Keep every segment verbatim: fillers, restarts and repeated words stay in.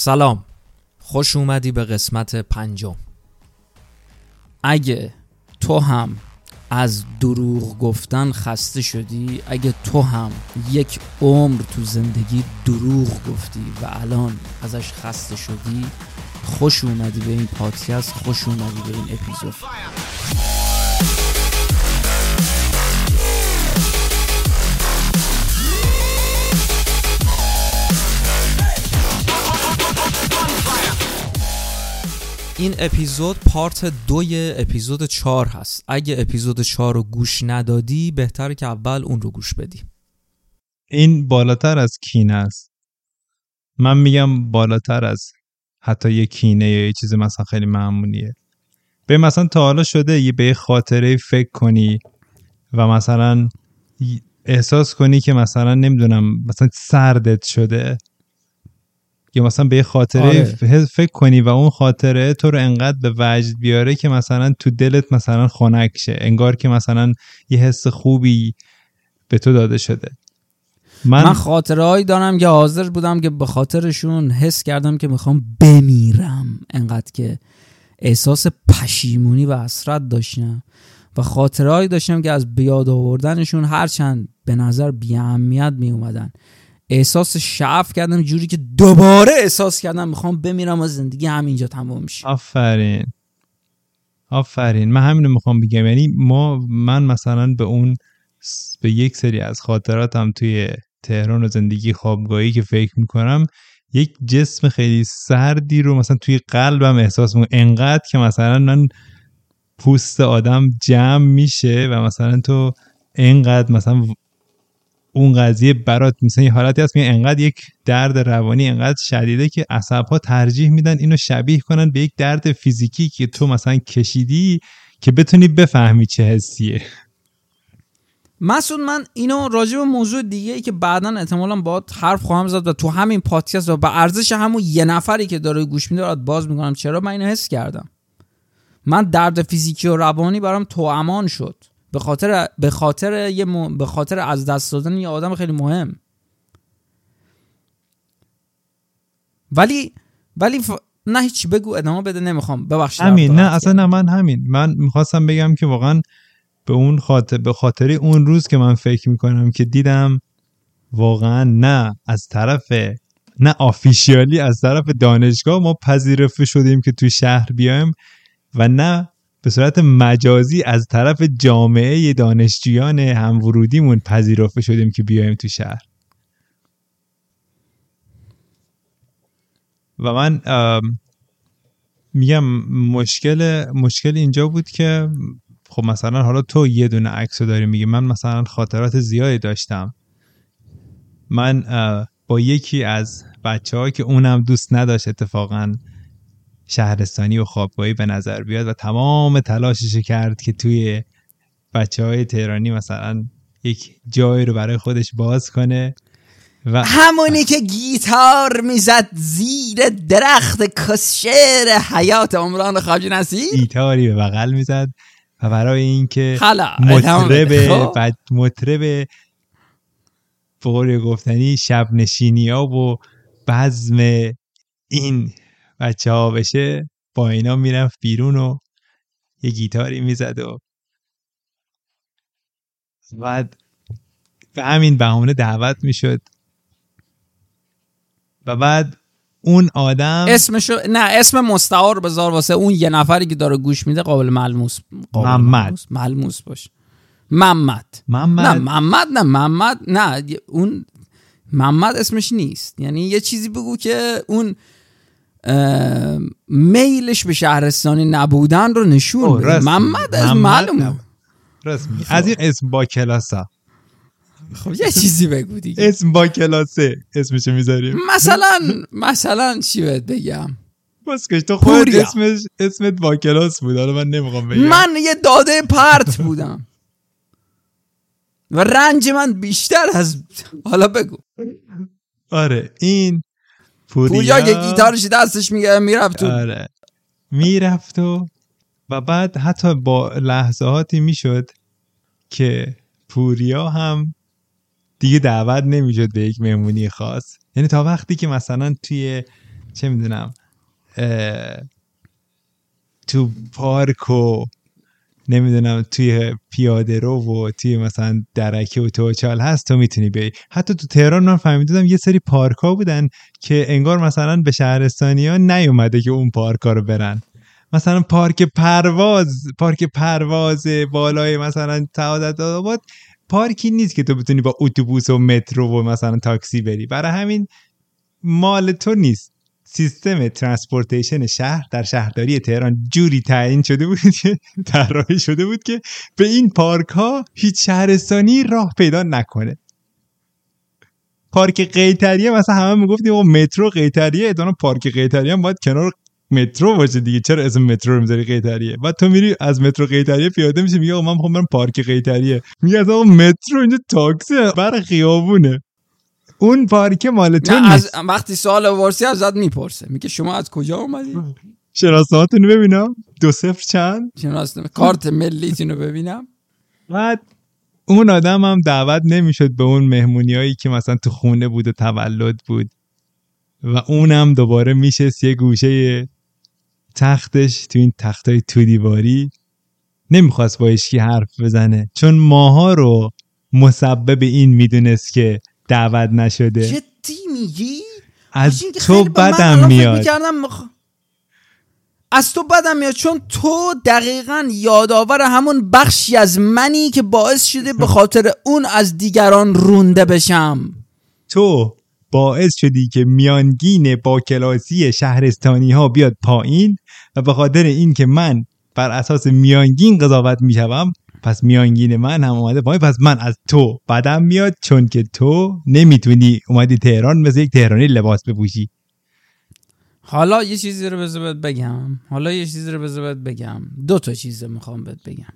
سلام، خوش اومدی به قسمت پنجم. اگه تو هم از دروغ گفتن خسته شدی، اگه تو هم یک عمر تو زندگی دروغ گفتی و الان ازش خسته شدی، خوش اومدی به این پادکست، خوش اومدی به این اپیزود. این اپیزود پارت دوی اپیزود چهار هست. اگه اپیزود چهار رو گوش ندادی بهتره که اول اون رو گوش بدی. این بالاتر از کینه است. من میگم بالاتر از حتی یه کینه یا یه چیز مثلا خیلی معمولیه. به مثلا تا حالا شده یه به خاطره فکر کنی و مثلا احساس کنی که مثلا نمیدونم مثلا سردت شده، یا مثلا به خاطره آره. فکر کنی و اون خاطره تو رو انقدر به وجد بیاره که مثلا تو دلت مثلا خنک شه، انگار که مثلا یه حس خوبی به تو داده شده. من, من خاطرهایی دارم که حاضر بودم که به خاطرشون حس کردم که میخوام بمیرم، انقدر که احساس پشیمونی و حسرت داشتم، و خاطرهایی داشتم که از بیاد آوردنشون هرچند به نظر بی اهمیت می اومدن، احساس شعف کردم، جوری که دوباره احساس کردم میخوام بمیرم و زندگی همینجا تموم میشه. آفرین آفرین من همینو میخوام بگم. یعنی ما من مثلا به اون به یک سری از خاطراتم توی تهران و زندگی خوابگاهی که فکر میکنم، یک جسم خیلی سردی رو مثلا توی قلبم احساس میکنم، انقدر که مثلا من پوست آدم جمع میشه و مثلا تو انقدر مثلا اون قضیه برات مثلا یه حالتی هست که انقدر یک درد روانی انقدر شدیده که عصب‌ها ترجیح میدن اینو شبیه کنن به یک درد فیزیکی که تو مثلا کشیدی که بتونی بفهمی چه حسیه. مسعود، من اینو راجع به موضوع دیگه ای که بعداً احتمالاً باهات حرف خواهم زد و تو همین پادکست و به ارزش همون یه نفری که داره گوش میده برات باز میکنم چرا من اینو حس کردم. من درد فیزیکی و روانی برام توامان شد به خاطر به خاطر یه م... به خاطر از دست دادن یه آدم خیلی مهم. ولی ولی ف... نه هیچ، بگو ادامه بده، نمیخوام، ببخشید. همین نه اصلا نه من همین من میخواستم بگم که واقعا به اون خاطر به خاطر اون روز که من فکر میکنم که دیدم واقعا نه از طرف نه آفیشیالی از طرف دانشگاه ما پذیرفته شدیم که توی شهر بیایم و نه به صورت مجازی از طرف جامعه دانشجویان همورودیمون پذیرفته شدیم که بیایم تو شهر. و من میگم مشکل مشکل اینجا بود که خب مثلا حالا تو یه دونه عکسو داری میگی، من مثلا خاطرات زیادی داشتم. من با یکی از بچه‌ها که اونم دوست نداشت اتفاقاً شهرستانی و خوابگاهی به نظر بیاد و تمام تلاشش کرد که توی بچه‌های تهرانی مثلا یک جایی رو برای خودش باز کنه، و همونی که گیتار میزد زیر درخت کسشعر حیات عمران خواجه نصیر، گیتاری به بغل میزد و برای اینکه مطرب بعد مطرب فوری گفتنی شب نشینی‌ها و بزم این بچه ها بشه، با اینا میرفت بیرون و یه گیتاری میزد و بعد به همین بهونه دعوت میشد و بعد اون آدم اسمشو نه اسم مستعار بذار واسه اون یه نفری که داره گوش میده قابل ملموس قابل محمد ملموس, ملموس باشه. محمد محمد نه محمد نه محمد نه اون محمد اسمش نیست. یعنی یه چیزی بگو که اون میلش به شهرستانی نبودن رو نشون بده. محمد از معلومه رسمی از این اسم با کلاسا. خب یه چیزی بگو دیگه. اسم با کلاسه اسمشو میذاریم. مثلا مثلا چی بهت بگم؟ بس که تو خودت اسمش اسمت با کلاس بود. حالا من نمیخوام بگم. من یه داده پرت بودم و رنج من بیشتر از حالا بگو. آره این پوریا, پوریا که گیتارش دستش میگه میرفت تو. آره میرفت و و بعد حتی با لحظاتی میشد که پوریا هم دیگه دعوت نمیشد به یک مهمونی خاص. یعنی تا وقتی که مثلا توی چه میدونم تو پارک و نمیدونم توی پیاده رو و توی مثلا درکه و توچال هست تو میتونی بیای. حتی تو تهران من فهمیدم یه سری پارک ها بودن که انگار مثلا به شهرستانی ها نیومده که اون پارک ها رو برن. مثلا پارک پرواز پارک پرواز بالای مثلا سعادت آباد پارکی نیست که تو بتونی با اتوبوس و مترو و مثلا تاکسی بری، برای همین مال تو نیست. سیستم ترانسپورتیشن شهر در شهرداری تهران جوری تعیین شده بود که طراحی شده بود که به این پارک ها هیچ شهرستانی راه پیدا نکنه. پارک قیطریه مثلا همه میگفتیم مترو قیطریه، ادانا پارک قیطریه هم باید کنار مترو باشه دیگه، چرا اسم مترو رو میذاری قیطریه؟ بعد تو میری از مترو قیطریه پیاده میشی میگه آقا من میخوام برم پارک قیطریه، میگه آقا مترو اینجا تاکسی برای خیابونه، اون پارک مال تو نیست. از وقتی سوال ورسی ازت میپرسه میگه شما از کجا اومدی؟ شناسنامه‌تون رو ببینم، دو صفر چند، شناسنامه کارت ملیتون رو ببینم. بعد اون آدم هم دعوت نمیشد به اون مهمونیایی که مثلا تو خونه بود و تولد بود و اونم دوباره میشست یه گوشه تختش تو این تختای تو دیواری، نمیخواست با هیچکی حرف بزنه چون ماها رو مسبب این میدونست که دعوت نشده. جدی میگی؟ از تو بدم میاد. مخ... از تو بدم میاد چون تو دقیقاً یادآور همون بخشی از منی که باعث شده به خاطر اون از دیگران رونده بشم. تو باعث شدی که میانگین با کلاسی شهرستانی ها بیاد پایین و به خاطر این که من بر اساس میانگین قضاوت میشوم پس میانگین من هم اومده پایین، پس من از تو بدم میاد چون که تو نمیتونی اومدی تهران مثل یک تهرانی لباس بپوشی. حالا یه چیزی رو بذار بهت بگم حالا یه چیزی رو بذار بهت بگم دو تا چیز میخوام بهت بگم.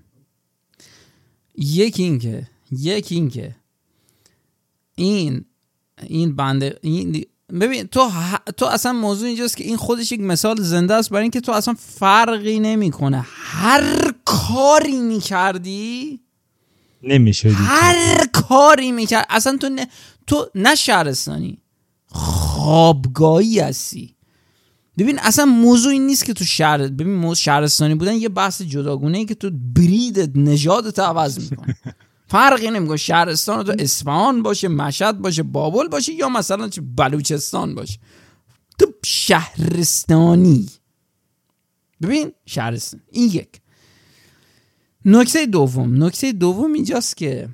یکی این که یکی این که این این بنده این ببین تو ه... تو اصلا موضوع اینجاست که این خودش یک مثال زنده است برای اینکه تو اصلا فرقی نمیکنه هر کاری میکردی نمیشدی، هر کاری میکرد اصلا تو نه... تو نه شهرستانی خوابگاهی هستی. ببین اصلا موضوع این نیست که تو شهر ببین موضوع شهرستانی بودن یه بحث جداگونه ای که تو برید نژادت عوض میکنه. فرقی نمیکنه شهرستان تو اصفهان باشه، مشهد باشه، بابل باشه یا مثلا بلوچستان باشه، تو شهرستانی. ببین شهرستان این یک. نکته دوم نکته دوم اینجاست که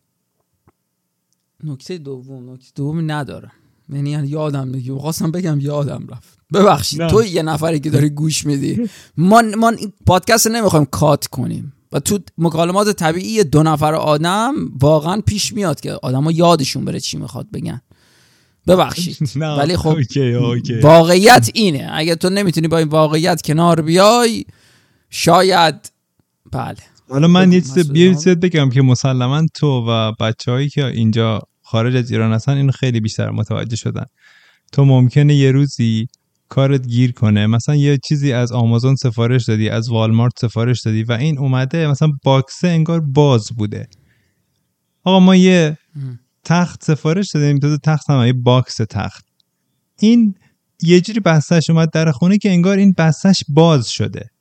نکته دوم نکته دومی ندارم، یعنی یادم نمیاد، خواستم بگم یادم رفت، ببخشید. تو یه نفری که داری گوش میدی، ما ما این پادکست نمیخوایم کات کنیم و تو مکالمات طبیعی دو نفر آدم واقعا پیش میاد که آدما یادشون بره چی میخواد بگن، ببخشید. ولی خب اوکی، اوکی. واقعیت اینه، اگه تو نمیتونی با این واقعیت کنار بیای شاید بله. حالا من یه چیز بیارید بگم که مسلما تو و بچه‌هایی که اینجا خارج از ایران هستن اینو خیلی بیشتر متوجه شدن. تو ممکنه یه روزی کارت گیر کنه، مثلا یه چیزی از آمازون سفارش دادی، از والمارت سفارش دادی و این اومده مثلا باکسه انگار باز بوده. آقا ما یه تخت سفارش دادیم، تو تخت هم یه باکس تخت، این یه جوری بستش اومد در خونه که انگار این بستش باز شده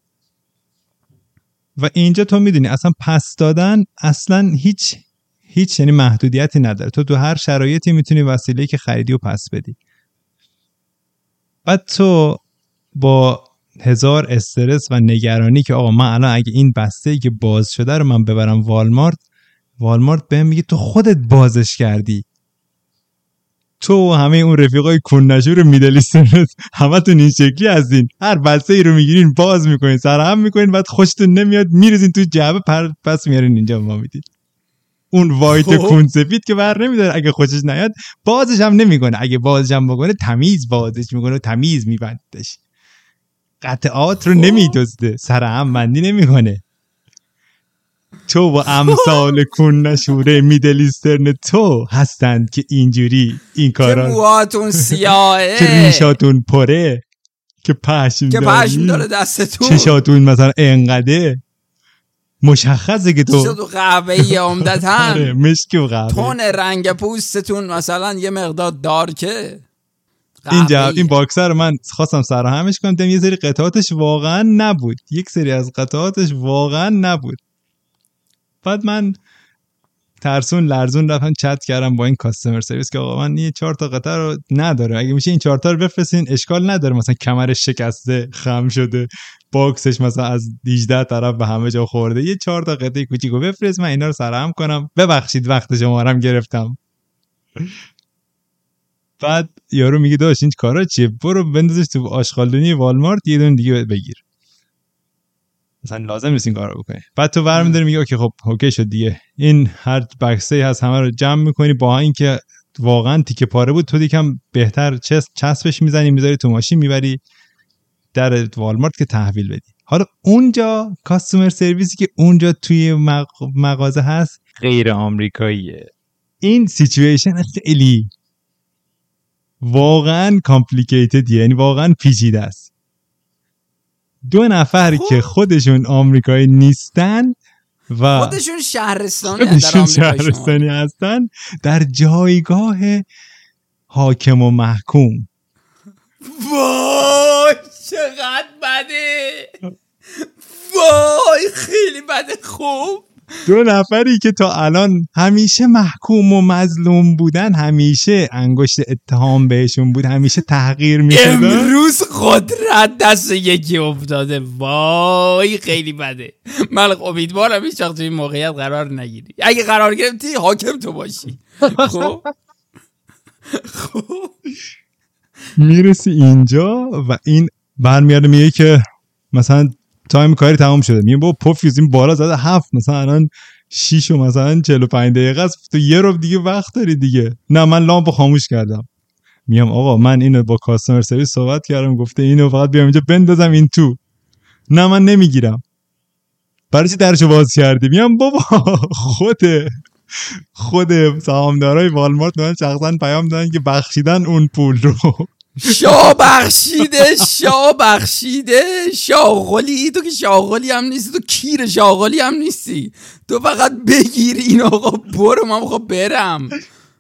و اینجا تو میدونی اصلا پس دادن اصلا هیچ هیچ یعنی محدودیتی نداره، تو تو هر شرایطی میتونی وسیله‌ای که خریدی و پس بدی. بعد تو با هزار استرس و نگرانی که آقا من الان اگه این بسته‌ای که باز شده رو من ببرم والمارت، والمارت بهم میگه تو خودت بازش کردی، تو و همه اون رفیقای کننشور میدل ایسترنت همتون این شکلی هستین، هر بسته‌ای رو میگیرین باز میکنین سرهم میکنین بعد خوشتون نمیاد میریزین تو جعبه پر پس میارین اینجا ما میدید. اون وایت کون سفید که بر نمیداره، اگه خوشش نیاد بازش هم نمیکنه، اگه بازش هم بکنه تمیز بازش میکنه و تمیز میبندش، قطعات رو نمیدزده، سرهم بندی نمیکنه. تو و امثال کون نشوره میدل ایسترن تو هستند که اینجوری این کارا که موهاتون سیاهه که ریشاتون پره که پشم که پشم داره دستتون، چشاتون مثلا انقدر مشخصه که تو چشاتون قهوه‌ای عمدتاً مشکی و قهوه، تون رنگ پوستتون مثلا یه مقدار دارکه، اینجا این باکسر رو من خواستم سرهمش کنم، دیدم یه سری قطعاتش واقعا نبود، یک سری از قطعاتش واقعا نبود. بعد من ترسون لرزون رفتم چت کردم با این کاستمر سرویس که آقا من این چهار تا قطعه رو نداره، اگه میشه این چهار تا رو بفرستین، اشکال نداره مثلا کمرش شکسته، خم شده، باکسش مثلا از هجده طرف به همه جا خورده، یه چهار تا قطعه کوچیکو بفرست، من اینا رو سرهم کنم، ببخشید وقت شمارم گرفتم. بعد یارو میگه داش این کارا چیه، برو بندازش تو آشغالدونی والمارت یه دونه دیگه بگیر، مثلا لازم نیست این کارو بکنی. بعد تو برمی‌داری میگه اوکی خب اوکی شد دیگه، این هر بکسه هست همه رو جمع میکنی، با اینکه واقعا تیکه پاره بود تو دیگه بهتر چسب چسبش میزنی میذاری تو ماشین میبری در والمارت که تحویل بدی. حالا اونجا کاستمر سرویسی که اونجا توی مغازه هست غیر آمریکاییه. این سیچویشن خیلی واقعا کامپلیکیتد، یعنی واقعا پیچیده است. دو نفر خوب. که خودشون آمریکایی نیستن و خودشون شهرستانی خودشون شهرستانی هستن در جایگاه حاکم و محکوم. وای چقدر بده، وای خیلی بده. خوب دو نفری که تا الان همیشه محکوم و مظلوم بودن، همیشه انگشت اتهام بهشون بود، همیشه تحقیر میشدن، امروز قدرت دست یکی افتاده. وای خیلی بده. من امیدوارم هیچ وقت این موقعیت قرار نگیری. اگه قرار گرفتی حاکم تو باشی. خب خب میرسی اینجا و این برمیاد میگه که مثلا تایم کاری تمام شده، میگه با پوفیوز این بالا زده هفت، مثلا الان شیش و مثلا چهل و پنج دقیقه است، تو یه رو دیگه وقت داری دیگه. نه من لامپو خاموش کردم. میگم آقا من اینو با کاستمر سرویس صحبت کردم، گفته اینو فقط بیام اینجا بندازم این تو. نه من نمیگیرم. برای چی درشو باز کردی؟ میگم بابا خود خود سهامدارای والمارت من شخصا پیام دادن که بخشیدن اون پول رو. شاه بخشیده، شاه بخشیده، شاغلی. تو که شاغلی هم نیستی، تو کیر شاغلی هم نیستی، تو فقط بگیر این آقا برو، من میخوام برم.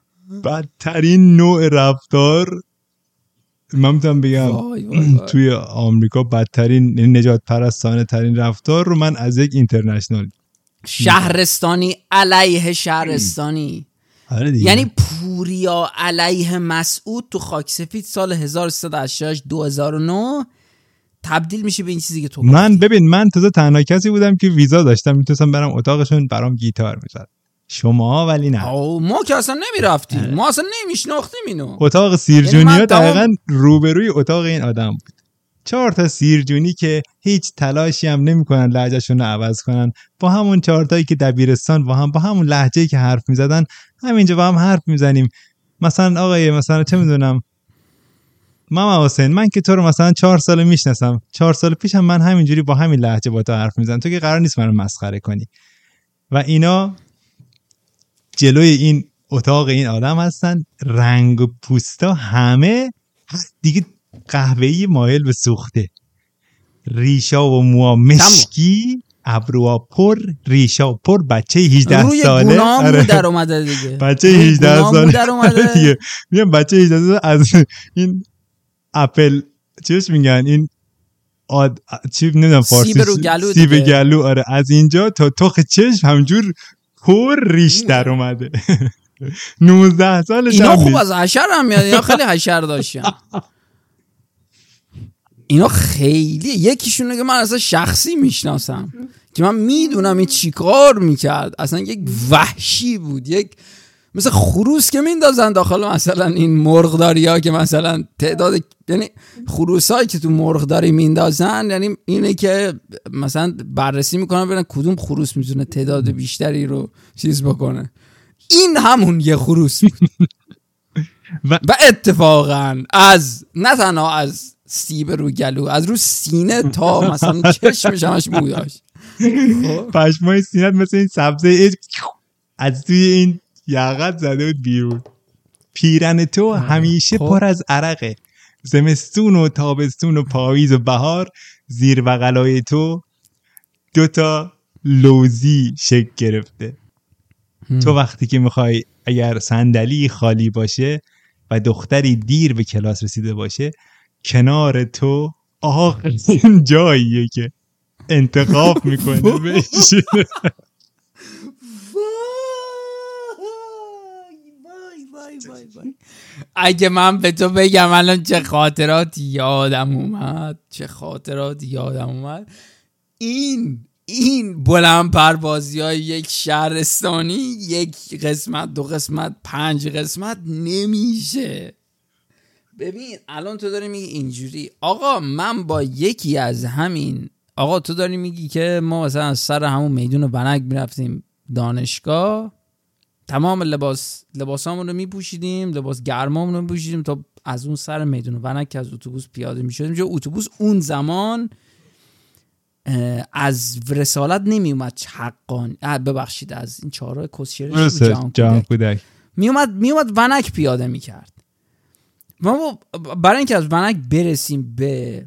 بدترین نوع رفتار من میتونم بگم وای وای وای. توی آمریکا بدترین نجات پرستانه ترین رفتار رو من از یک اینترنشنال شهرستانی علیه شهرستانی یعنی پوریا علیه مسعود تو خاک سفید سال هزار و سیصد و هشتاد و هشت دو هزار و نه تبدیل میشه به این چیزی که تو من گفتی. ببین من تازه تنها کسی بودم که ویزا داشتم، میتونستم برم اتاقشون برام گیتار میزد، شما ولی نه. او ما که اصلا نمیرفتیم، ما اصلا نمیشناختیم اینو. اتاق سیرجونی دقیقاً روبروی اتاق این آدم بود. چهار تا سیرجونی که هیچ تلاشی هم نمی‌کنن لهجه‌شون رو عوض کنن، با همون چهار تایی که دبیرستان با هم با همون لهجه‌ای که حرف می‌زدن همینجا با هم حرف می‌زنیم. مثلا آقای مثلا چه می‌دونم ماما حسین، من که تو رو مثلا چهار سال میشناسم، چهار سال پیشم من همینجوری با همین لهجه با تو حرف می‌زدم، تو که قرار نیست منو مسخره کنی. و اینا جلوی این اتاق این آدم هستن، رنگ و پوستا همه دیگه قهوه‌ای مایل به سوخته، ریشا و موها مشکی، ابروها پر، ریشا پر، بچه هجده روی ساله روی گونام مو در اومده دیگه، بچه هجده ساله دیگه. میگم بچه هجده ساله از این اپل چیش میگن این آد چی نمیدونم فارسی، سیب رو گلو سیب گلو، آره از اینجا تا تخ چشم همجور پر ریش در اومده. نوزده سالش اینا خوب از حشر هم میاد، اینا خیلی حشر داشتن. اینا خیلی یکیشونه که من اصلا شخصی میشناسم که من میدونم این چیکار میکرد، اصلا یک وحشی بود، یک مثل خروس که میندازن داخل مثلا این مرغداری ها که مثلا تعداد، یعنی خروس هایی که تو مرغداری میندازن، یعنی اینه که مثلا بررسی میکنن ببینن کدوم خروس میتونه تعداد بیشتری رو چیز بکنه. این همون یه خروس بود. و, و اتفاقا از نه تنها از سیب رو گلو، از رو سینه تا مثلا چشمش همش مو داشت. پشمای سینت مثل این سبزه از توی این یاقت زده بود بیرون. پیرن تو همیشه پر از عرقه، زمستون و تابستون و پاییز و بهار زیر بغلای تو دوتا لوزی شکل گرفته. تو وقتی که میخوای اگر صندلی خالی باشه و دختری دیر به کلاس رسیده باشه، کنار تو آخرین جاییه که انتخاب میکنه بهش. اگه من به تو بگم الان چه خاطراتی یادم اومد، چه خاطراتی یادم اومد، این این بلند پروازی های یک شهرستانی، یک قسمت، دو قسمت، پنج قسمت نمیشه. ببین الان تو داری میگی اینجوری، آقا من با یکی از همین، آقا تو داری میگی که ما مثلا سر همون میدون ونک میرفتیم دانشگاه، تمام لباس لباسامون رو میپوشیدیم، لباس گرمامون رو میپوشیدیم تا از اون سر میدون ونک که از اتوبوس پیاده میشدیم. چون اتوبوس اون زمان از رسالت نمیومد حقان، ببخشید از این چهارراه کسشرش جهان کودک میومد میومد ونک پیاده میکرد. ما برای اینکه از ونک برسیم به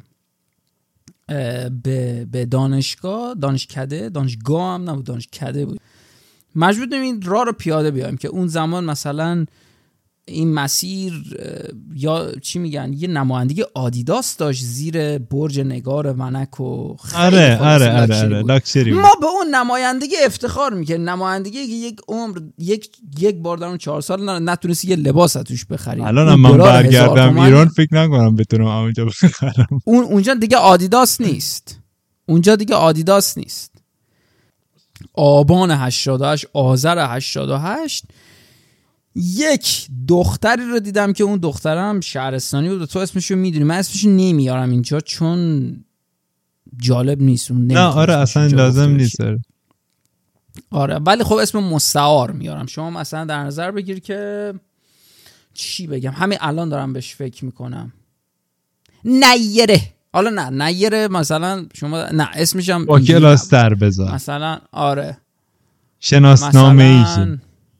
به به دانشگاه، دانشکده، دانشگاه هم نبود، دانشکده بود، مجبور بودیم این راه رو پیاده بیایم که اون زمان مثلا این مسیر یا چی میگن یه نمایندگی آدیداس داشت زیر برج نگار ونک و آره آره آره آره لاکچری. ما به اون نمایندگی افتخار میکنیم، نمایندگی که یک عمر یک یک بار در اون چهار سال نتونستی یه لباس توش بخریم. الان من برگردم ایران فکر نکنم بتونم اونجا بخرم. اون اونجا دیگه آدیداس نیست، اونجا دیگه آدیداس نیست. آبان هشتاد و هشت، آذر هشتاد و هشت، یک دختری رو دیدم که اون دخترم شهرستانی بود، تو اسمشو میدونی، من اسمشو نمیارم اینجا چون جالب نیست. اون نه آره اصلا لازم نیست. آره ولی خب اسم مستعار میارم. شما مثلا در نظر بگیر که چی بگم، همین الان دارم بهش فکر میکنم، نیره. حالا نه نیره مثلا شما نه اسمش هم با کلاس در بذار مثلا. آره شناسنامه ایشه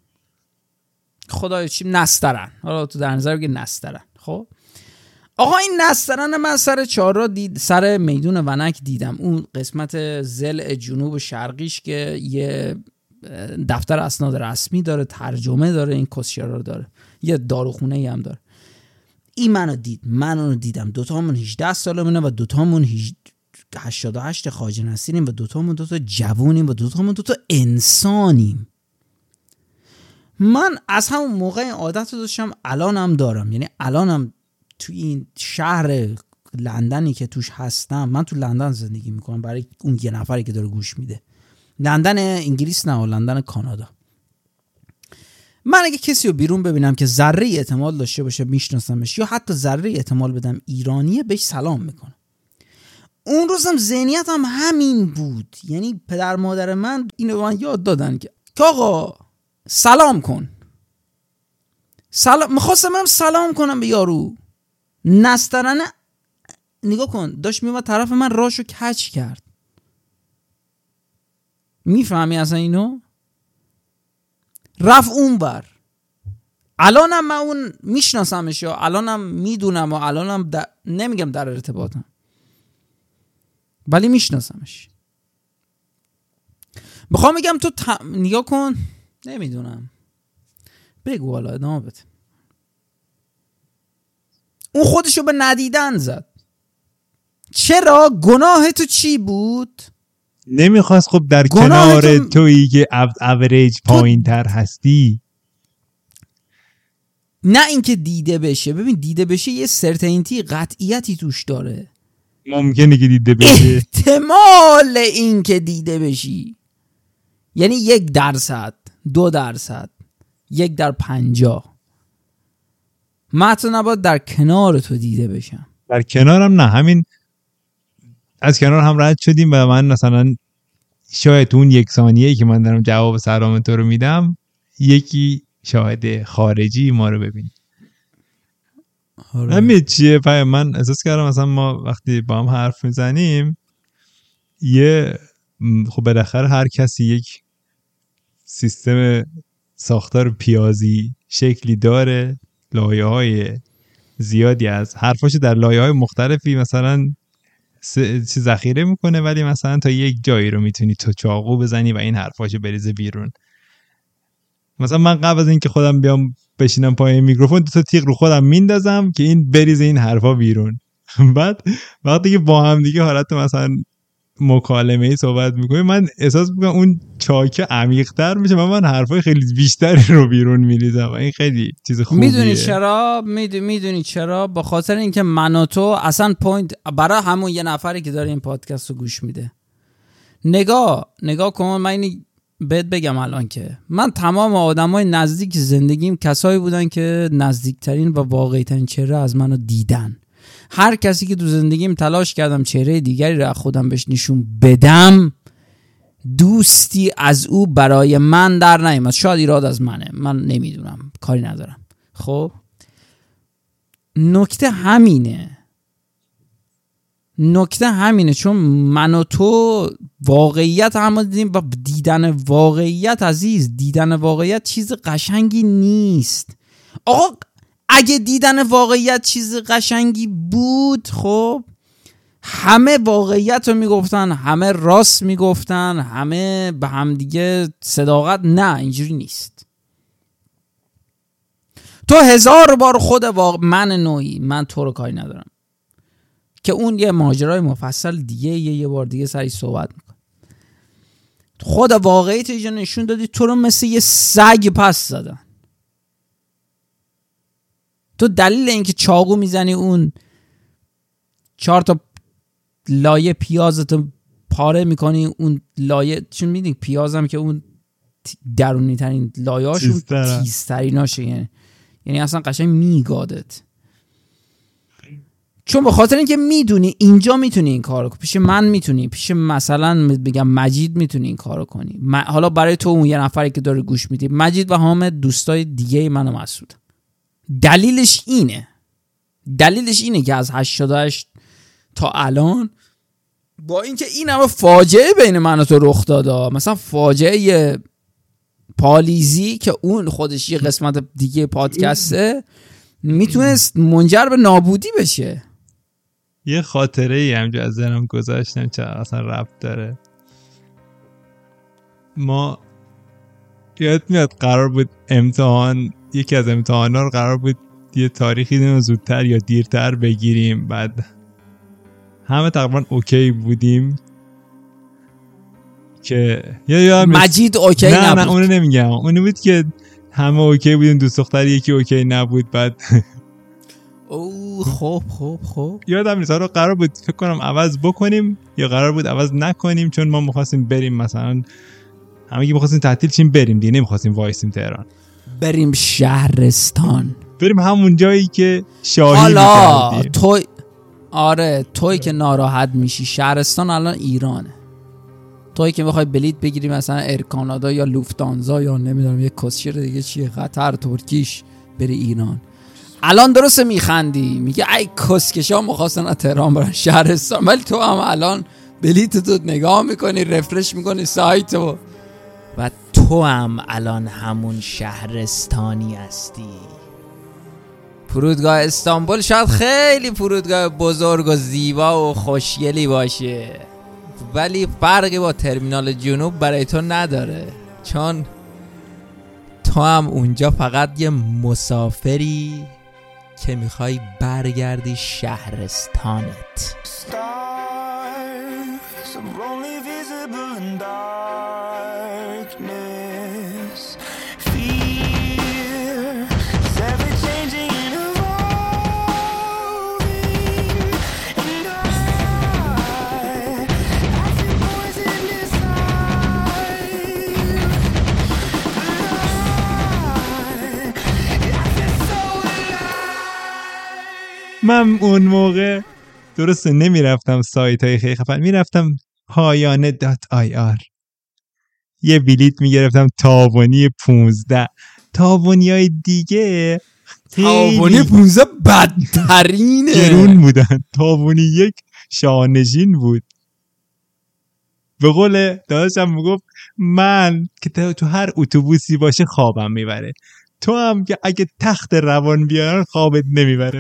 خدای چی، نسترن. حالا تو در نظر بگیر نسترن. خب آقا این نسترن من سر چهارراه دید، سر میدون ونک دیدم، اون قسمت ضلع جنوب شرقیش که یه دفتر اسناد رسمی داره، ترجمه داره، این کسشرا رو داره، یه داروخونه ای هم داره. این منو دید، من اونو دیدم، دوتامون هجده سالمونه و دوتامون هشتاد و هشت خواجه نصیریم و دوتامون دوتا جوونیم و دوتامون دوتا انسانیم. من از همون موقع این عادت رو داشتم، الانم دارم، یعنی الانم تو این شهر لندنی که توش هستم، من تو لندن زندگی میکنم برای اون یه نفری که داره گوش میده، لندن انگلیس نه، لندن کانادا. من اگه کسی رو بیرون ببینم که ذره احتمال داشته باشه میشناسمش یا حتی ذره احتمال بدم ایرانیه، بهش سلام میکنم. اون روزم ذهنیتم همین بود، یعنی پدر مادر من اینو به من یاد دادن که آقا سلام کن، سلام. میخواستم من سلام کنم به یارو، نسترنه نگاه کن داشت میومد طرف من راشو کچ کرد. میفهمی اصلا اینو؟ رفت اون بر. الانم من اون میشناسمش یا الانم میدونم و الانم در... نمیگم در ارتباطم ولی میشناسمش. بخوام میگم تو ت... نگاه کن، نمیدونم بگو حالا ادامه بده. اون خودشو به ندیدن زد. چرا؟ گناه تو چی بود؟ نمیخواست خب در کنار تو... تویی که اوریج پایین تر هستی. نه اینکه دیده بشه. ببین دیده بشه یه سرتینتی، قطعیتی توش داره. ممکنه که دیده بشه، احتمال این که دیده بشی یعنی یک درصد، دو درصد، یک در پنجاه. من حتی نباید در کنار تو دیده بشم. در کنارم نه، همین از کنار هم رد شدیم و من مثلا شاید اون یک ثانیه‌ای که من دارم جواب سلام تو رو میدم یکی شاهد خارجی ما رو ببین. همین چیه پای من احساس کردم مثلا ما وقتی با هم حرف میزنیم یه خب بالاخره هر کسی یک سیستم ساختار پیازی شکلی داره، لایه‌های زیادی از حرفاشو در لایه‌های مختلفی مثلا چی ذخیره میکنه، ولی مثلا تا یک جایی رو میتونی تو چاقو بزنی و این حرفاشو بریزه بیرون. مثلا من قبل از اینکه خودم بیام بشینم پای میکروفون دو تا تیغ رو خودم میندازم که این بریزه این حرفا بیرون. بعد وقتی که با هم دیگه حالت مثلا مکالمه‌ای صحبت میکنیم من احساس میکنم اون چاکه عمیق‌تر میشه و من حرفای خیلی بیشتری رو بیرون میریزم و این خیلی چیز خوبیه. میدونی چرا؟ میدونی چرا؟ به خاطر اینکه من و تو اصلا پوینت برای همون یه نفری که داره این پادکست رو گوش میده. نگاه نگاه کن، من اینی بهت بگم الان که من تمام آدمای نزدیک زندگیم کسایی بودن که نزدیکترین و واقعی‌ترین چهره از منو دیدن. هر کسی که تو زندگیم تلاش کردم چهره دیگری رو خودم بهش نشون بدم، دوستی از او برای من در نیامد. شاید ایراد از منه، من نمیدونم، کاری ندارم. خب نکته همینه نکته همینه چون من و تو واقعیت هم دیدیم و دیدن واقعیت عزیز، دیدن واقعیت چیز قشنگی نیست. آقا اگه دیدن واقعیت چیز قشنگی بود خب همه واقعیت رو میگفتن، همه راست میگفتن، همه به هم دیگه صداقت. نه اینجوری نیست. تو هزار بار خود واقع من نوعی، من تو رو کاری ندارم که اون یه ماجرای مفصل دیگه یه یه بار دیگه سری صحبت میکن. خود واقعیت ایجا نشون دادی تو رو مثل یه سگ پس زدن. تو دلیل اینکه چاقو میزنی اون چهار تا لایه پیازتو پاره میکنی، اون لایه چون میدونی پیازم که اون درونی ترین لایه‌اشون تیزتریناشه، یعنی یعنی اصلا قشنگ میگادت. چون به خاطر اینکه میدونی اینجا میتونی این کارو کنی، پیش من میتونی، پیش مثلا بگم مجید میتونی این کارو کنی. حالا برای تو اون یه نفری که داره گوش میدی، مجید و حامد دوستای دیگه من و مسعود. دلیلش اینه دلیلش اینه که از هشتاد و هشت تا الان با اینکه این همه فاجعه بین من و تو رخ داده، مثلا فاجعه پالیزی که اون خودش یه قسمت دیگه پادکسته، میتونست منجر به نابودی بشه. یه خاطره ای همجا از ذهنم گذاشتم چه اصلا ربط داره. ما یاد میاد قرار بود امتحان، یکی از امتحانا رو قرار بود یه تاریخی دیم زودتر یا دیرتر بگیریم. بعد همه تقریبا اوکی بودیم که یا یا مجید اوکی نه نبود. نه اونو نمیگم، اونو بود که همه اوکی بودیم، دوست دختر یکی اوکی نبود. بعد او خب خب خب یادم نیست رو قرار بود فکر کنم عوض بکنیم یا قرار بود عوض نکنیم، چون ما می‌خواستیم بریم مثلا همگی می‌خواستیم تعطیل چیم بریم دیگه، نمی‌خواستیم وایسیم تهران، بریم شهرستان، بریم همون جایی که شاهی حالا می‌کردیم. تو آره توی که ناراحت میشی، شهرستان الان ایرانه. توی که میخوای بلیت بگیری مثلا ایر کانادا یا لوفتانزا یا نمیدونم یه کسشیر دیگه چیه، قطر، ترکیش، بری ایران. الان درسته میخندی میگه ای کسکشا مخواستن از تهران برن شهرستان، ولی تو هم الان بلیت تو نگاه میکنی، رفرش میکنی سایتو و تو هم الان همون شهرستانی هستی. فرودگاه استانبول شاید خیلی فرودگاه بزرگ و زیبا و خوشگلی باشه، ولی فرقی با ترمینال جنوب برای تو نداره، چون تو هم اونجا فقط یه مسافری که میخوای برگردی شهرستانت. من اون موقع درسته نمیرفتم سایت های خیلی خفن، میرفتم پایانه دات آی آر یه بلیت میگرفتم تاوانی پونزده. تاوانی های دیگه تاوانی پونزده بدترینه، گرون بودن. تاوانی یک شاهنشین بود. به قول داداشم میگفت من که تو هر اتوبوسی باشه خوابم میبره، تو هم که اگه تخت روان بیارن خوابت نمیبره.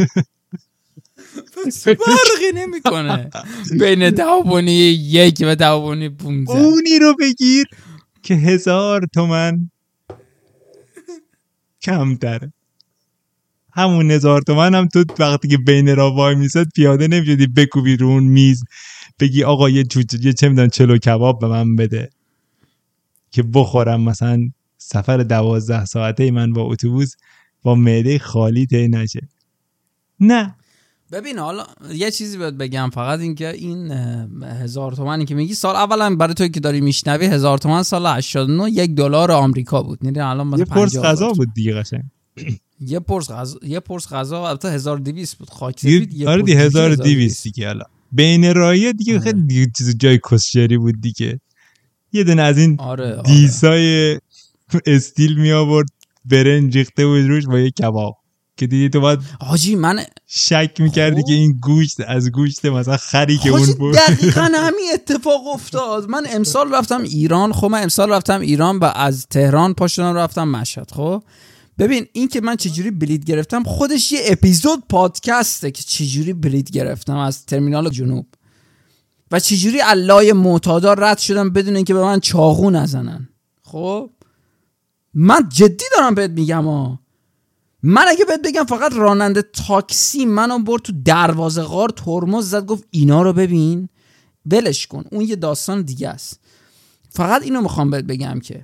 فرقی نمی کنه بین تاوانی یک و تاوانی پونزده. اونی رو بگیر که هزار تومن کمتره. همون هزار تومن هم تو وقتی که بین راه وای میسد پیاده نمیشدی بکوبی رو اون میز بگی آقا یه چوچ یه چه میدونم چلو کباب به من بده که بخورم، مثلا سفر دوازده ساعته من با اتوبوس با معده خالی طی نشه. نه ببین حالا یه چیزی بهت بگم، فقط اینکه این هزار تومانی که میگی سال اولا برای توی که داری میشنوی هزار تومن سال هشتاد و نه یک دلار آمریکا بود. یعنی الان مثلا یه پرس غذا بود دیگه قشنگ. یه پرس غذا یه پرس غذا البته هزار و دویست بود. خاک سفید یه آره دیگه هزار و دویست دیگه. حالا بین راهی دیگه خیلی دیگه چیز جای کسچری بود دیگه. یه دونه از این آره دیسای آره. استیل می آورد برنج ریخته بود روش با یه کباب که دیدی تو بعد حاجی من شک میکردی که این گوشت از گوشت مثلا خری که اون بود. دقیقاً همین اتفاق افتاد. من امسال رفتم ایران. خب من امسال رفتم ایران و از تهران پاشدم رفتم مشهد. خب ببین این که من چجوری بلیط گرفتم خودش یه اپیزود پادکسته که چجوری بلیط گرفتم از ترمینال جنوب و چجوری علای معتادا رد شدم بدون اینکه به من چاقو نزنن. خب من جدی دارم بهت میگم ها. من اگه بهت بگم فقط راننده تاکسی منو برد تو دروازه غار ترمز زد گفت اینا رو ببین ولش کن، اون یه داستان دیگه است. فقط اینو میخوام بهت بگم که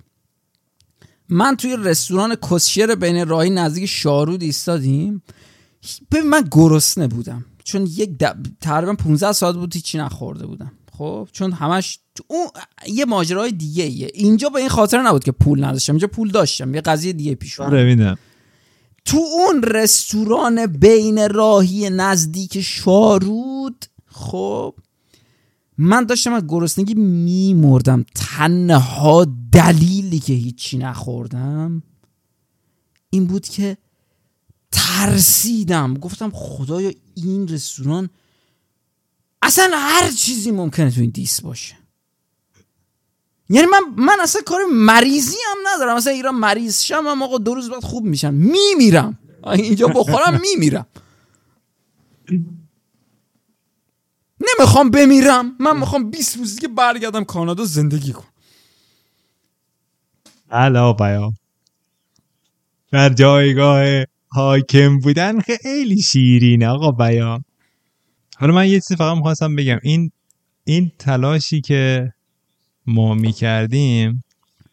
من توی رستوران کسشر بین راهی نزدیک شارود ایستادیم. ببین من گرسنه بودم چون یک دب... تقریبا پانزده ساعت بود هیچی نخورده بودم. خب چون همش اون یه ماجرای دیگه ایه. اینجا به این خاطر نبود که پول نداشتم، اینجا پول داشتم، یه قضیه دیگه پیش اومد. آره میدونم. تو اون رستوران بین راهی نزدیک شارود خب من داشتم از گرسنگی میمردم. تنها دلیلی که هیچی نخوردم این بود که ترسیدم. گفتم خدایا این رستوران اصلا هر چیزی ممکنه تو این دیس باشه. یعنی من من اصلا کار مریضی هم ندارم. مثلا ایران مریض شم من آقا دو روز بعد خوب میشم میمیرم. اینجا بخورم میمیرم. نمیخوام بمیرم، من میخوام بیست روزی که برگردم کانادا زندگی کنم. علا بیام در جایگاه حاکم بودن خیلی شیرینه آقا بیام. حالا من یه چیزی فقط میخواستم بگم، این این تلاشی که ما میکردیم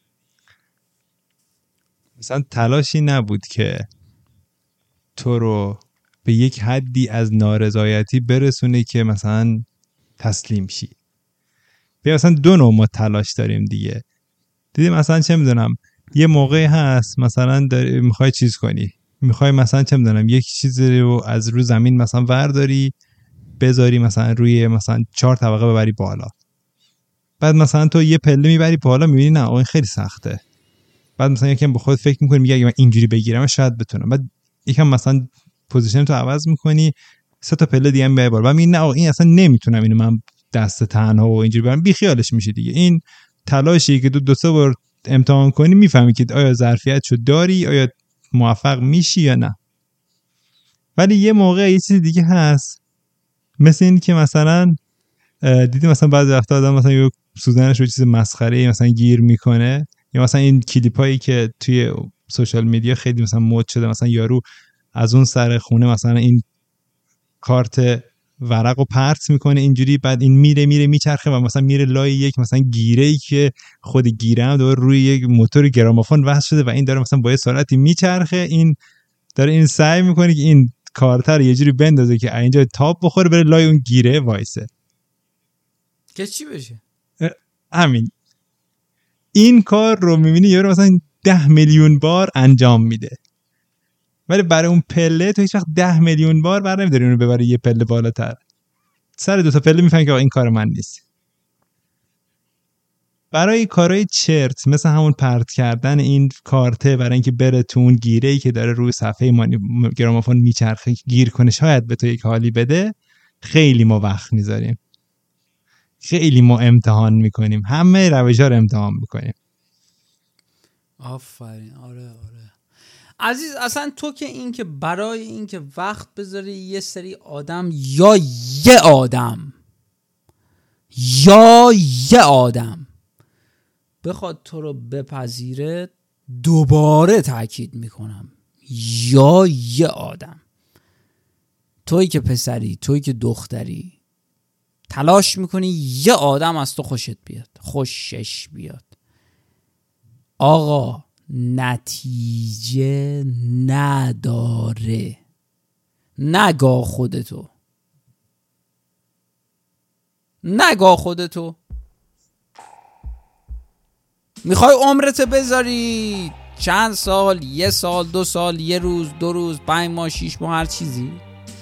مثلا تلاشی نبود که تو رو به یک حدی از نارضایتی برسونه که مثلا تسلیم شی. بیا مثلا دو نوع ما تلاش داریم دیگه. دیدی مثلا چه میدونم یه موقعی هست مثلا داری میخوای چیز کنی، میخوای مثلا چه میدونم یک چیزی رو از رو زمین مثلا ورداری بذاری مثلا روی مثلا چهار طبقه ببری بالا. بعد مثلا تو یه پله میبری بالا میبینی نه این خیلی سخته. بعد مثلا یکم به خود فکر میکنی میگه اگه من اینجوری بگیرم شاید بتونم. بعد یکم مثلا پوزیشن تو عوض میکنی سه تا پله دیگه میبری بالا. بعد میگی نه این اصلا نمیتونم اینو من دست تنها و اینجوری برم. بی خیالش میشی دیگه. این تلاشی که دو دو سه بار امتحان کنی میفهمی که آیا ظرفیتشو داری، آیا موفق میشی یا نه. ولی یه موقع یه چیز دیگه هست، مثل این که مثلا دیدی مثلا بعضی وقتا آدم مثلا یه سوزنش رو چیز مسخره‌ای مثلا گیر میکنه، یا مثلا این کلیپایی که توی سوشال میدیا خیلی مثلا مد شده، مثلا یارو از اون سر خونه مثلا این کارت ورقو پرت میکنه اینجوری، بعد این میره میره میچرخه و مثلا میره لای یک مثلا گیره‌ای که خود گیره هم داره روی یک موتور گرامافون وصل شده و این داره مثلا با یه سرعتی میچرخه. این داره این سعی میکنه که این کارت رو یه جوری بندازه که اینجا تاپ بخوره بره لای اون گیره وایسه که چی بشه. همین این کار رو میبینی یارو مثلا ده میلیون بار انجام میده، ولی برای اون پله تو هیچ وقت ده میلیون بار بر نمیداری اونو ببری یه پله بالاتر. سر دو تا پله میفهمی که این کار من نیست. برای کارهای چرت مثل همون پرت کردن این کارته برای اینکه بره تو اون گیره‌ای که داره روی صفحه گرامافون میچرخه گیر کنه شاید به تو یک حالی بده، خیلی ما وقت میذاریم، خیلی ما امتحان میکنیم، همه روش‌ها رو امتحان میکنیم. آفرین. آره آره عزیز، اصلا تو که این که برای این که وقت بذاری یه سری آدم یا یه آدم یا یه آدم بخواد تو رو بپذیره، دوباره تاکید میکنم یا یه آدم. تویی که پسری، تویی که دختری، تلاش میکنی یه آدم از تو خوشت بیاد، خوشش بیاد. آقا نتیجه نداره. نگاه خودتو، نگاه خودتو. میخوای عمرت بذاری چند سال، یه سال، دو سال، یه روز، دو روز، پنج ماه، شیش ماه، هر چیزی؟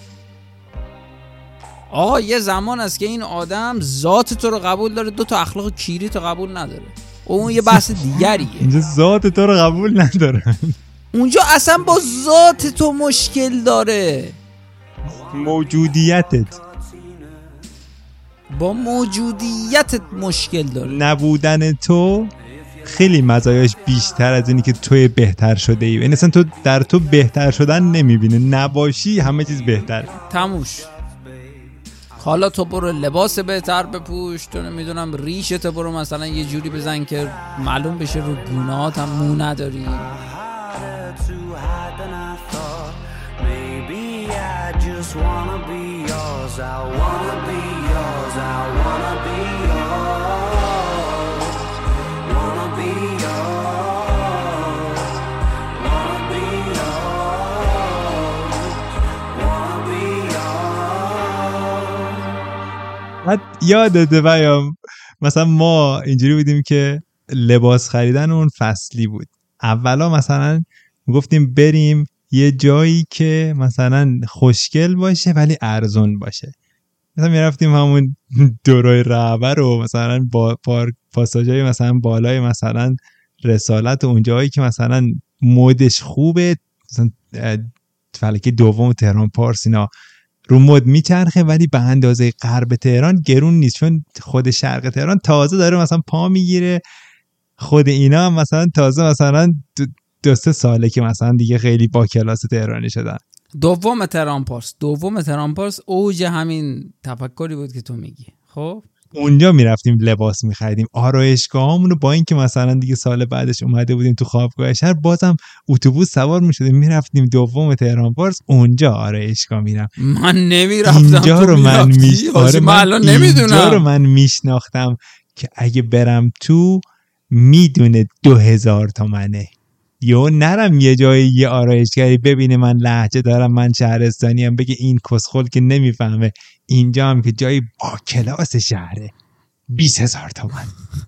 آقا یه زمان است که این آدم ذات تو رو قبول داره، دو تا اخلاق کیری تو قبول نداره. اون یه بحث دیگریه. اینجا ذات تو رو قبول نداره، اونجا اصلا با ذات تو مشکل داره. موجودیتت، با موجودیتت مشکل داره. نبودن تو خیلی مزایاش بیشتر از اینی که توی بهتر شده ای. یعنی اصلا تو در تو بهتر شدن نمیبینه، نباشی همه چیز بهتر. تموش. حالا تو برو لباس بهتر بپوش، تو نمیدونم ریشت برو مثلا یه جوری بزن که معلوم بشه رو گونه‌هات هم مو نداری. بعد یادته بیام مثلا ما اینجوری بودیم که لباس خریدن اون فصلی بود. اولا مثلا گفتیم بریم یه جایی که مثلا خوشگل باشه ولی ارزون باشه. مثلا میرفتیم همون دورای رهبر رو مثلا با پارک پاساژهای مثلا بالای مثلا رسالت و اون جایی که مثلا مودش خوبه، مثلا فلکه دوم تهران پارس اینا رو مد میچرخه ولی به اندازه غرب تهران گرون نیست، چون خود شرق تهران تازه داره مثلا پا میگیره. خود اینا هم مثلا تازه مثلا دو, دو سه ساله که مثلا دیگه خیلی با کلاس تهرانی شدن. دوم تهران پارس دوم تهران پارس اوج همین تفکری بود که تو میگی. خب اونجا میرفتیم لباس میخریدیم، آرایشگاهامونو با این که مثلا دیگه سال بعدش اومده بودیم تو خوابگاه شهر بازم اتوبوس سوار میشدیم میرفتیم دوم تهران پارس. اونجا آرایشگاه میرم. من نمیرفتم اینجا رو من میش... آره من الان نمیدونم. اینجا رو من میشناختم که اگه برم تو میدونه دو هزار تومنه. یو نرم یه جایی یه آرایشگری ببینه من لهجه دارم، من شهرستانی هم، بگه این کسخل که نمیفهمه. اینجا هم که جایی با کلاس شهره بیس هزار تومن.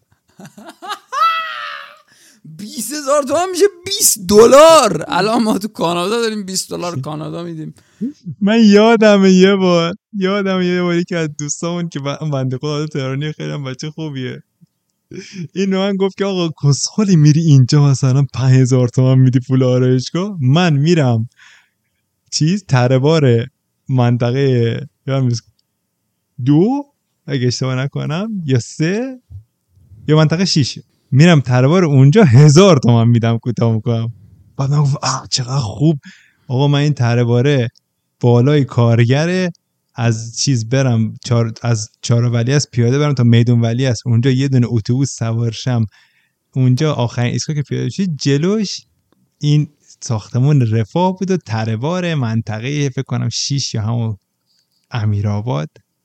بیس هزار تومن میشه بیست دلار. الان ما تو کانادا داریم بیست دلار کانادا میدیم. من یادم یه بار یادم یه باری که از دوستامون که بنده خدا تهرانی خیلی هم بچه خوبیه، این من گفت که آقا کسخلی میری اینجا مثلا پنج هزار تومن میدی پول آرایشگاه، من میرم چیز تره بار منطقه یا دو اگه اشتباه نکنم یا سه یا منطقه شیش میرم تره بار اونجا هزار تومن میدم کوتاه میکنم. بعد من گفت آه چقدر خوب آقا من این تره باره بالای کارگره، از چیز برم چار... از چهارراه‌ولی است پیاده برم تا میدون ولی است، اونجا یه دونه اتوبوس سوار شم، اونجا آخرین ایستگاه که پیاده شی جلوش این ساختمون رفاه بود و تره‌بار منطقه فکر کنم شیش یا همون امیرآباد.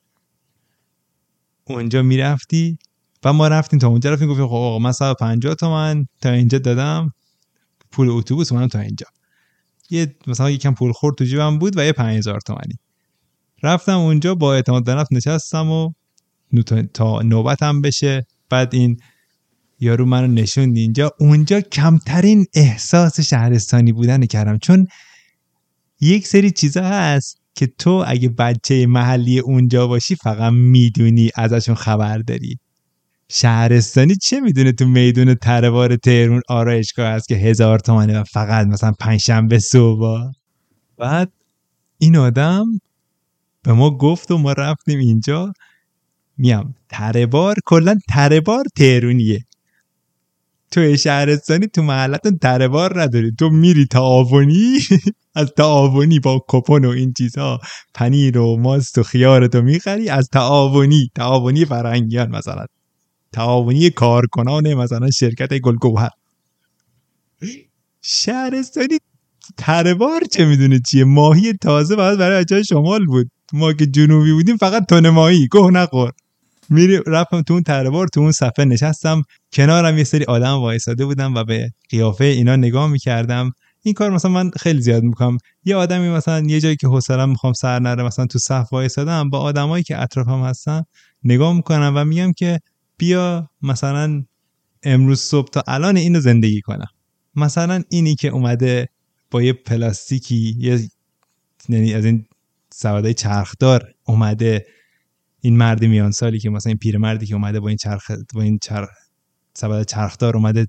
اونجا میرفتی و ما رفتیم تا اونجا، رفتیم گفتیم خب آقا من صد و پنجاه تومن تا اینجا دادم پول اتوبوس منم تا اینجا، یه مثلا یکم پول خورد تو جیبم بود و یه پنج هزار تومانی. رفتم اونجا با اعتماد به نفس نشستم و تا نوبتم بشه. بعد این یارو منو نشوند اینجا. اونجا کمترین احساس شهرستانی بودن کردم، چون یک سری چیزا هست که تو اگه بچه محلی اونجا باشی فقط میدونی ازشون خبر داری. شهرستانی چه میدونه تو میدون تره‌بار تهران آرایشگاه هست که هزار تومنه و فقط مثلا پنجشنبه صبح. بعد این آدم به ما گفت و ما رفتیم اینجا. میام تره‌بار کلا تره‌بار تهرونیه، تو شهرستانی تو محلتون تره‌بار نداری، تو میری تعاونی از تعاونی با کپون و این چیزها پنیر و ماست و خیارتو میخری از تعاونی تعاونی فرنگیان، مثلا تعاونی کارکنان مثلا شرکت گلگوهر. شهرستانی تره‌بار چه میدونه چیه، ماهی تازه بعد برای بچه‌های شمال بود، ما که جنوبی بودیم فقط تن ماهی، گوه نخور. میری رفتم تو اون تره‌بار، تو اون صفحه نشستم، کنارم یه سری آدم وایساده بودن و به قیافه اینا نگاه میکردم. این کار مثلا من خیلی زیاد میکنم، یه آدمی مثلا یه جایی که حوصله‌ام میخوام سر نره مثلا تو صف وایسادم، با آدمایی که اطرافم هستن نگاه میکنم و میگم که بیا مثلا امروز صبح تا الان اینو زندگی کنم. مثلا اینی که اومده با یه پلاستیکی، یه یعنی از این سوادای چرخدار اومده، این مرد میان سالی که مثلا این پیرمردی که اومده با این چرخ با این چرخ سواد چرخدار اومده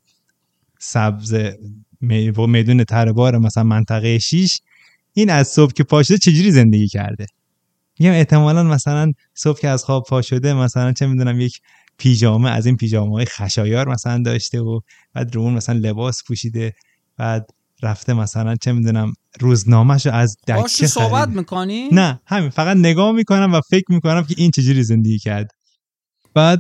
سبز می... با میدون تره‌بار مثلا منطقه شیش، این از صبح که پا شده چجوری زندگی کرده. میگم احتمالاً مثلا صبح که از خواب پا شده مثلا چه میدونم یک پیژامه از این پیژامه‌های خشایار مثلا داشته و بعد رو اون مثلا لباس پوشیده، بعد رفته مثلا چه میدونم روزنامه‌شو از دکه خریده. صحبت میکنی؟ نه همین، فقط نگاه میکنم و فکر میکنم که این چجوری زندگی کرد. بعد